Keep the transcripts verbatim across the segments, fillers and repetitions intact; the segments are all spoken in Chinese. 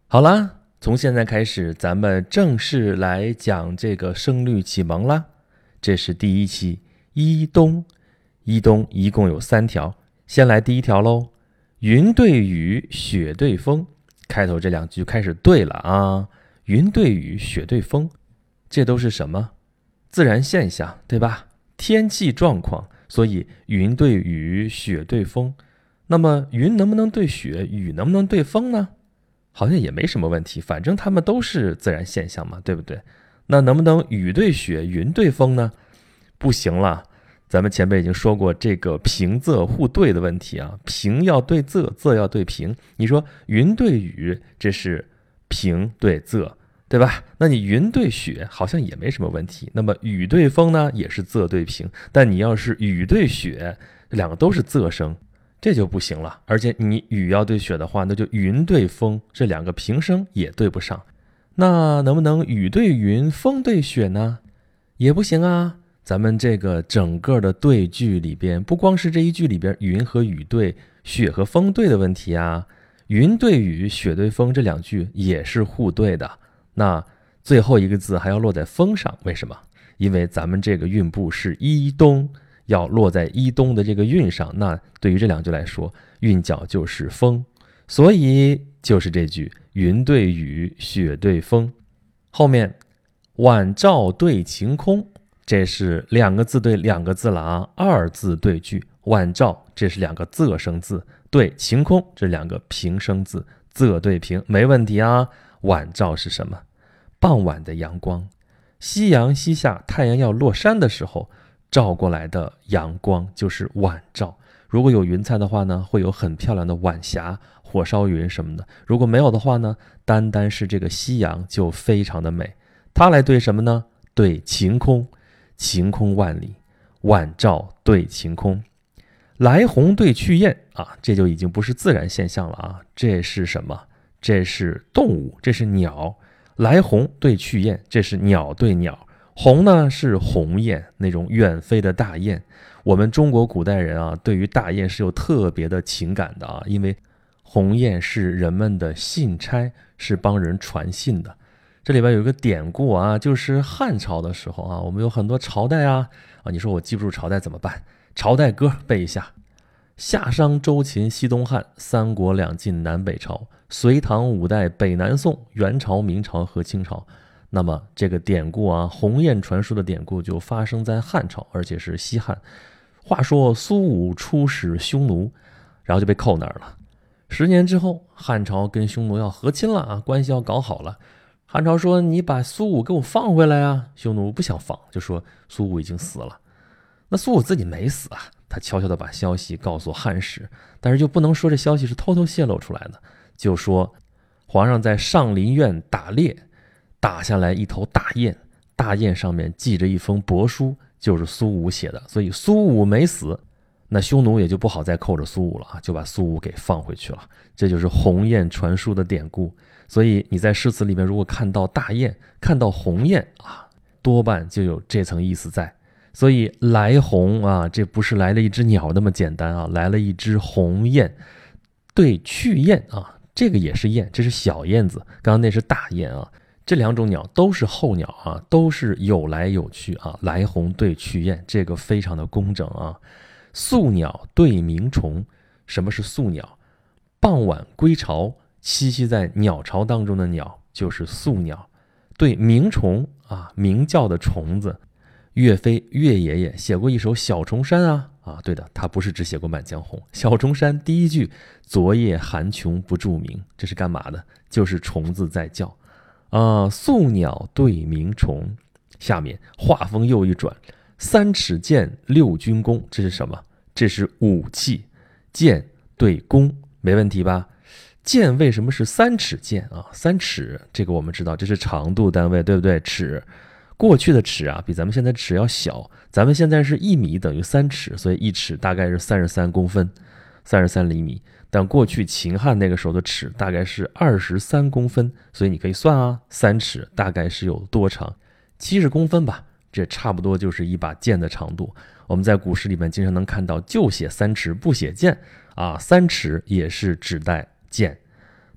好啦，从现在开始，咱们正式来讲这个声律启蒙啦。这是第一期一东，一东一共有三条，先来第一条喽。云对雨，雪对风，开头这两句开始对了啊。云对雨，雪对风，这都是什么？自然现象，对吧？天气状况，所以云对雨，雪对风。那么云能不能对雪，雨能不能对风呢？好像也没什么问题，反正它们都是自然现象嘛，对不对？那能不能雨对雪，云对风呢？不行了，咱们前面已经说过这个平仄互对的问题啊，平要对仄，仄要对平。你说云对雨，这是平对仄，对吧？那你云对雪好像也没什么问题。那么雨对风呢，也是仄对平，但你要是雨对雪，这两个都是仄声，这就不行了。而且你雨要对雪的话，那就云对风，这两个平声也对不上。那能不能雨对云，风对雪呢？也不行啊。咱们这个整个的对句里边，不光是这一句里边云和雨对，雪和风对的问题啊，云对雨，雪对风这两句也是互对的。那最后一个字还要落在风上，为什么？因为咱们这个韵部是一东，要落在一东的这个韵上，那对于这两句来说，韵脚就是风，所以就是这句云对雨，雪对风。后面晚照对晴空，这是两个字对两个字了啊，二字对句。晚照这是两个仄声字，对晴空这两个平声字，仄对平没问题啊。晚照是什么？傍晚的阳光，夕阳西下，太阳要落山的时候照过来的阳光就是晚照。如果有云彩的话呢，会有很漂亮的晚霞、火烧云什么的。如果没有的话呢，单单是这个夕阳就非常的美。它来对什么呢？对晴空，晴空万里，晚照对晴空。来鸿对去雁啊，这就已经不是自然现象了啊，这是什么？这是动物，这是鸟。来鸿对去雁，这是鸟对鸟。鸿呢是鸿雁，那种远飞的大雁。我们中国古代人啊，对于大雁是有特别的情感的啊，因为鸿雁是人们的信差，是帮人传信的。这里边有一个典故啊，就是汉朝的时候啊，我们有很多朝代啊，啊，你说我记不住朝代怎么办？朝代歌背一下：夏商周秦西东汉，三国两晋南北朝，隋唐五代北南宋，元朝明朝和清朝。那么这个典故啊，鸿雁传书的典故就发生在汉朝，而且是西汉。话说苏武出使匈奴，然后就被扣那儿了。十年之后，汉朝跟匈奴要和亲了啊，关系要搞好了。汉朝说：“你把苏武给我放回来啊！”匈奴不想放，就说苏武已经死了。那苏武自己没死啊，他悄悄地把消息告诉汉使，但是就不能说这消息是偷偷泄露出来的，就说皇上在上林苑打猎，打下来一头大雁，大雁上面系着一封帛书，就是苏武写的，所以苏武没死。那匈奴也就不好再扣着苏武了啊，就把苏武给放回去了。这就是鸿雁传书的典故。所以你在诗词里面如果看到大雁，看到鸿雁啊，多半就有这层意思在。所以来鸿啊，这不是来了一只鸟那么简单啊，来了一只鸿雁。对去雁啊，这个也是雁，这是小燕子，刚刚那是大雁啊。这两种鸟都是候鸟啊，都是有来有去啊。来鸿对去雁，这个非常的工整啊。宿鸟对鸣虫，什么是宿鸟？傍晚归巢，栖息在鸟巢当中的鸟就是宿鸟。对鸣虫啊，鸣叫的虫子。岳飞岳爷爷写过一首《小重山》啊啊，对的，他不是只写过《满江红》。《小重山》第一句昨夜寒穷不住鸣，这是干嘛的？就是虫子在叫啊。宿鸟对鸣虫。下面话锋又一转，三尺剑，六军弓，这是什么？这是武器。剑对弓，没问题吧？剑为什么是三尺剑啊？三尺，这个我们知道，这是长度单位，对不对？尺，过去的尺啊，比咱们现在尺要小。咱们现在是一米等于三尺，所以一尺大概是三十三公分，三十三厘米。但过去秦汉那个时候的尺大概是二十三公分，所以你可以算啊，三尺大概是有多长？七十公分吧。这差不多就是一把剑的长度。我们在古诗里面经常能看到就写三尺不写剑啊，三尺也是指代剑。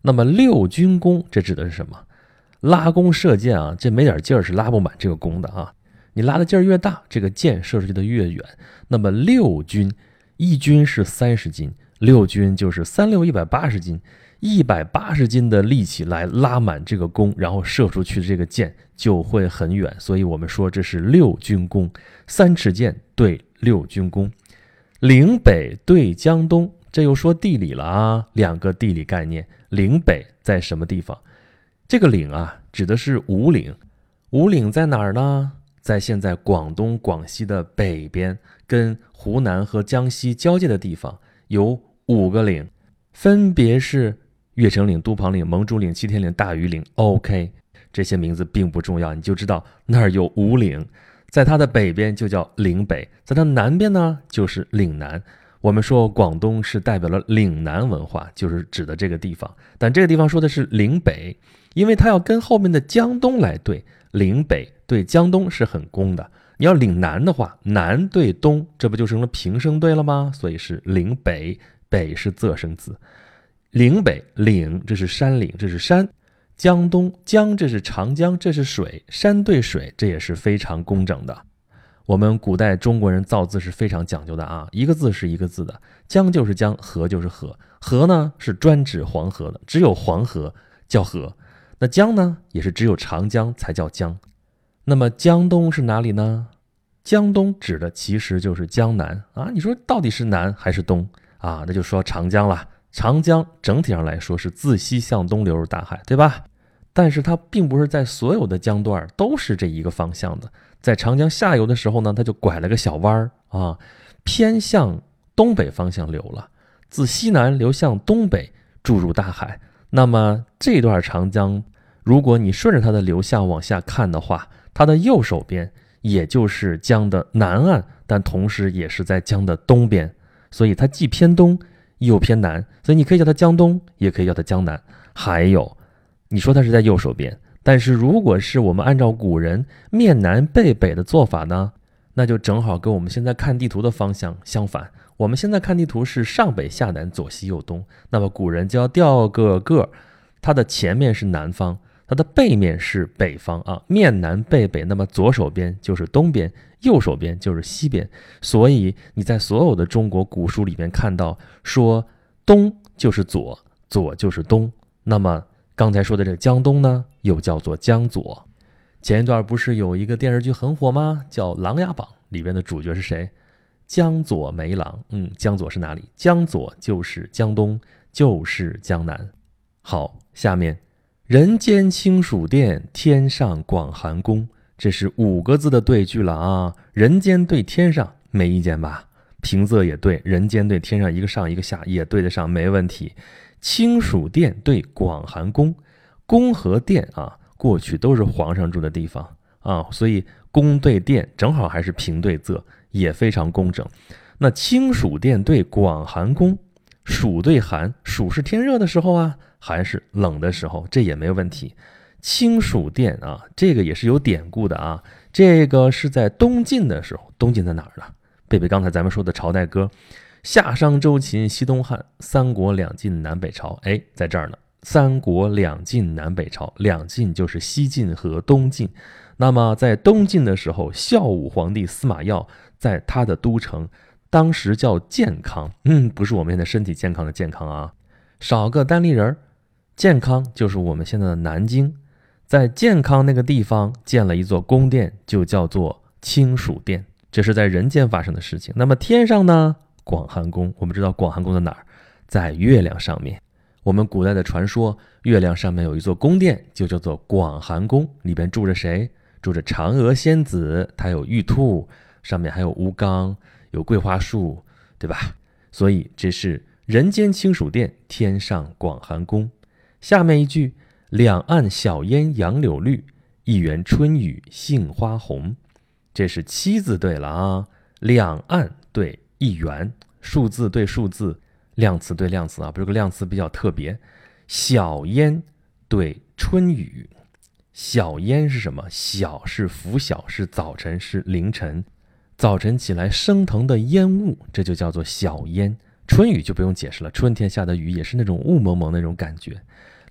那么六军弓这指的是什么？拉弓射箭啊，这没点劲儿是拉不满这个弓的啊。你拉的劲儿越大，这个箭射出去的越远。那么六军，一军是三十斤，六军就是三六一百八十斤，一百八十斤的力气来拉满这个弓，然后射出去的这个箭就会很远。所以我们说这是六军弓，三尺箭对六军弓。岭北对江东，这又说地理了啊，两个地理概念。岭北在什么地方？这个岭啊，指的是五岭。五岭在哪儿呢？在现在广东、广西的北边，跟湖南和江西交界的地方，有五个岭，分别是岳城岭、都庞岭、蒙古岭、七天岭、大庾岭。OK， 这些名字并不重要，你就知道那儿有五岭。在它的北边就叫岭北，在它南边呢就是岭南。我们说广东是代表了岭南文化，就是指的这个地方。但这个地方说的是岭北，因为它要跟后面的江东来对，岭北对江东是很攻的。你要岭南的话，南对东，这不就成了平声对了吗？所以是岭北，北是仄声字。岭北，岭这是山岭，这是山。江东，江这是长江，这是水，山对水，这也是非常工整的。我们古代中国人造字是非常讲究的啊，一个字是一个字的，江就是江，河就是河，河呢是专指黄河的，只有黄河叫河，那江呢也是只有长江才叫江。那么江东是哪里呢？江东指的其实就是江南啊，你说到底是南还是东啊？那就说长江了。长江整体上来说是自西向东流入大海，对吧？但是它并不是在所有的江段都是这一个方向的，在长江下游的时候呢，它就拐了个小弯啊，偏向东北方向流了，自西南流向东北注入大海。那么这段长江，如果你顺着它的流向往下看的话，它的右手边也就是江的南岸，但同时也是在江的东边，所以它既偏东又偏南，所以你可以叫它江东，也可以叫它江南。还有你说它是在右手边，但是如果是我们按照古人面南背北的做法呢，那就正好跟我们现在看地图的方向相反。我们现在看地图是上北下南左西右东，那么古人就要调个个，它的前面是南方，它的背面是北方啊，面南背北，那么左手边就是东边，右手边就是西边。所以你在所有的中国古书里面看到说东就是左，左就是东，那么刚才说的这个江东呢，又叫做江左。前一段不是有一个电视剧很火吗？叫《琅琊榜》，里边的主角是谁？江左梅郎。嗯，江左是哪里？江左就是江东，就是江南。好，下面人间清暑殿，天上广寒宫，这是五个字的对句了啊。人间对天上没意见吧？平仄也对，人间对天上一个上一个下也对得上，没问题。清暑殿对广寒宫，宫和殿啊，过去都是皇上住的地方啊，所以宫对殿正好还是平对仄，也非常工整。那清暑殿对广寒宫，暑对寒，暑是天热的时候啊，寒是冷的时候，这也没问题。清暑殿啊，这个也是有典故的啊，这个是在东晋的时候。东晋在哪儿呢？背背刚才咱们说的朝代歌，夏商周秦西东汉，三国两晋南北朝。哎，在这儿呢，三国两晋南北朝，两晋就是西晋和东晋。那么在东晋的时候，孝武皇帝司马曜在他的都城，当时叫建康，嗯，不是我们现在身体健康的健康啊，少个单立人，建康就是我们现在的南京。在建康那个地方建了一座宫殿，就叫做清暑殿，这是在人间发生的事情。那么天上呢？广寒宫。我们知道广寒宫在哪儿？在月亮上面。我们古代的传说，月亮上面有一座宫殿，就叫做广寒宫，里边住着谁？住着嫦娥仙子，她有玉兔，上面还有吴刚，有桂花树，对吧？所以这是人间清暑殿，天上广寒宫。下面一句，两岸晓烟杨柳绿，一园春雨杏花红。这是七字对了啊，两岸对一园，数字对数字，量词对量词啊，这个量词比较特别。晓烟对春雨，晓烟是什么？晓是拂晓，是早晨，是凌晨，早晨起来升腾的烟雾，这就叫做晓烟。春雨就不用解释了，春天下的雨也是那种雾蒙蒙那种感觉。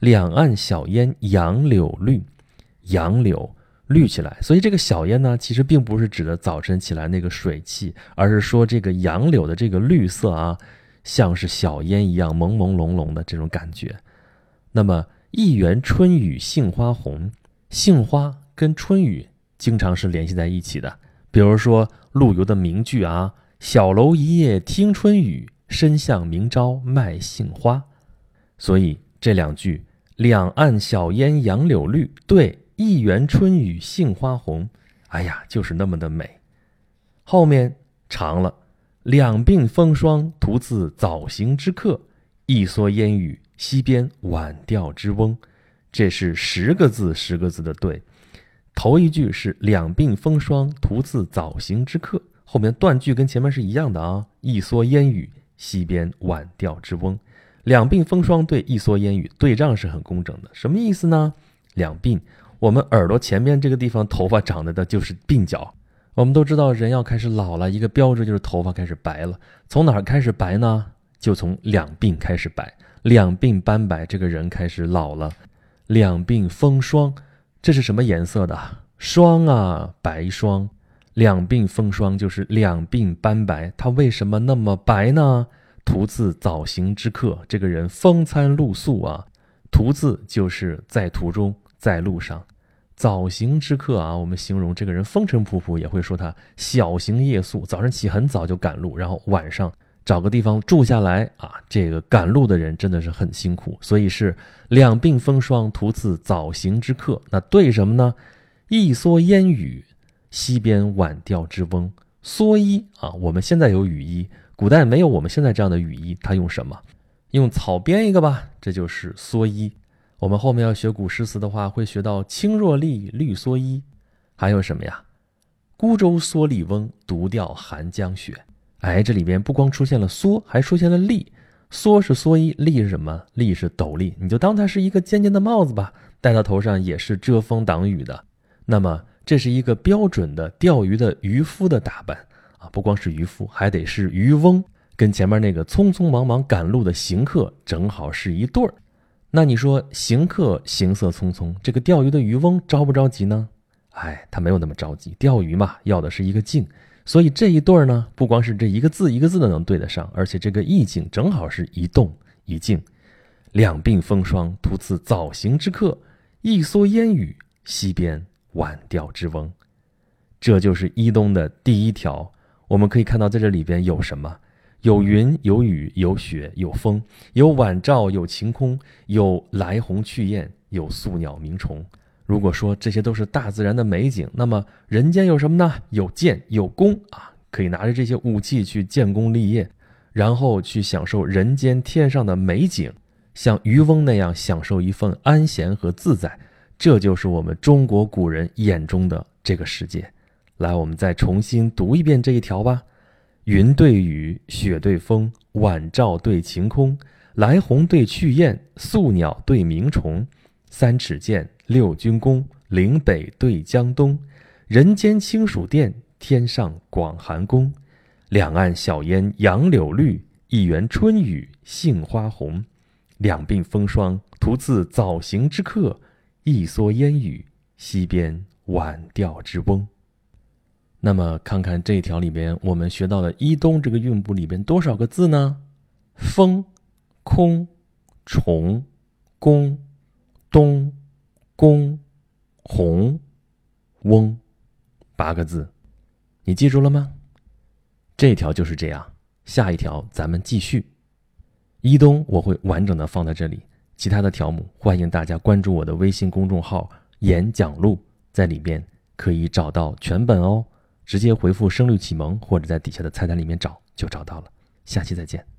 两岸小烟杨柳绿，杨柳绿起来。所以这个小烟呢，其实并不是指的早晨起来那个水汽，而是说这个杨柳的这个绿色啊，像是小烟一样朦朦胧胧的这种感觉。那么一园春雨杏花红，杏花跟春雨经常是联系在一起的。比如说陆游的名句啊，小楼一夜听春雨，深巷明朝卖杏花。所以这两句两岸小烟杨柳绿，对，一园春雨杏花红，哎呀，就是那么的美。后面长了，两鬓风霜徒自早行之客，一蓑烟雨溪边晚钓之翁。这是十个字十个字的对。头一句是两鬓风霜徒自早行之客，后面断句跟前面是一样的啊，一蓑烟雨溪边晚钓之翁。两鬓风霜对一蓑烟雨，对仗是很工整的。什么意思呢？两鬓，我们耳朵前面这个地方头发长的的就是鬓角。我们都知道人要开始老了，一个标志就是头发开始白了。从哪儿开始白呢？就从两鬓开始白，两鬓斑白，这个人开始老了。两鬓风霜，这是什么颜色的？霜啊，白霜。两鬓风霜就是两鬓斑白，它为什么那么白呢？徒自早行之客，这个人风餐露宿啊。徒自就是在途中，在路上。早行之客啊，我们形容这个人风尘仆仆，也会说他小行夜宿，早上起很早就赶路，然后晚上找个地方住下来啊。这个赶路的人真的是很辛苦，所以是两鬓风霜徒自早行之客。那对什么呢？一蓑烟雨溪边晚钓之翁。蓑衣啊，我们现在有雨衣，古代没有我们现在这样的雨衣，他用什么？用草编一个吧，这就是蓑衣。我们后面要学古诗词的话，会学到青箬笠，绿蓑衣。还有什么呀？孤舟蓑笠翁，独钓寒江雪。哎，这里边不光出现了蓑，还出现了笠。蓑是蓑衣，笠是什么？笠是斗笠，你就当它是一个尖尖的帽子吧，戴到头上也是遮风挡雨的。那么这是一个标准的钓鱼的渔夫的打扮啊，不光是渔夫，还得是渔翁，跟前面那个匆匆忙忙赶路的行客正好是一对儿。那你说行客行色匆匆，这个钓鱼的渔翁着不着急呢？哎，他没有那么着急，钓鱼嘛，要的是一个静。所以这一对儿呢，不光是这一个字一个字的能对得上，而且这个意境正好是一动一静。两鬓风霜徒自早行之客，一蓑烟雨溪边晚钓之翁。这就是一东的第一条。我们可以看到在这里边有什么？有云，有雨，有雪，有风，有晚照，有晴空，有来鸿去雁，有宿鸟鸣虫。如果说这些都是大自然的美景，那么人间有什么呢？有剑，有弓啊，可以拿着这些武器去建功立业，然后去享受人间天上的美景，像渔翁那样享受一份安闲和自在。这就是我们中国古人眼中的这个世界。来，我们再重新读一遍这一条吧。云对雨，雪对风，晚照对晴空，来鸿对去雁，宿鸟对鸣虫。三尺剑，六钧弓，岭北对江东。人间清暑殿，天上广寒宫。两岸小烟杨柳绿，一园春雨杏花红。两鬓风霜徒自早行之客，一蓑烟雨溪边晚钓之翁。那么看看这一条里边我们学到的一东这个韵部里边多少个字呢？风、空、虫、宫、东、宫、红、翁，八个字，你记住了吗？这一条就是这样，下一条咱们继续。一东我会完整的放在这里，其他的条目欢迎大家关注我的微信公众号演讲录，在里面可以找到全本哦。直接回复声律启蒙或者在底下的菜单里面找就找到了。下期再见。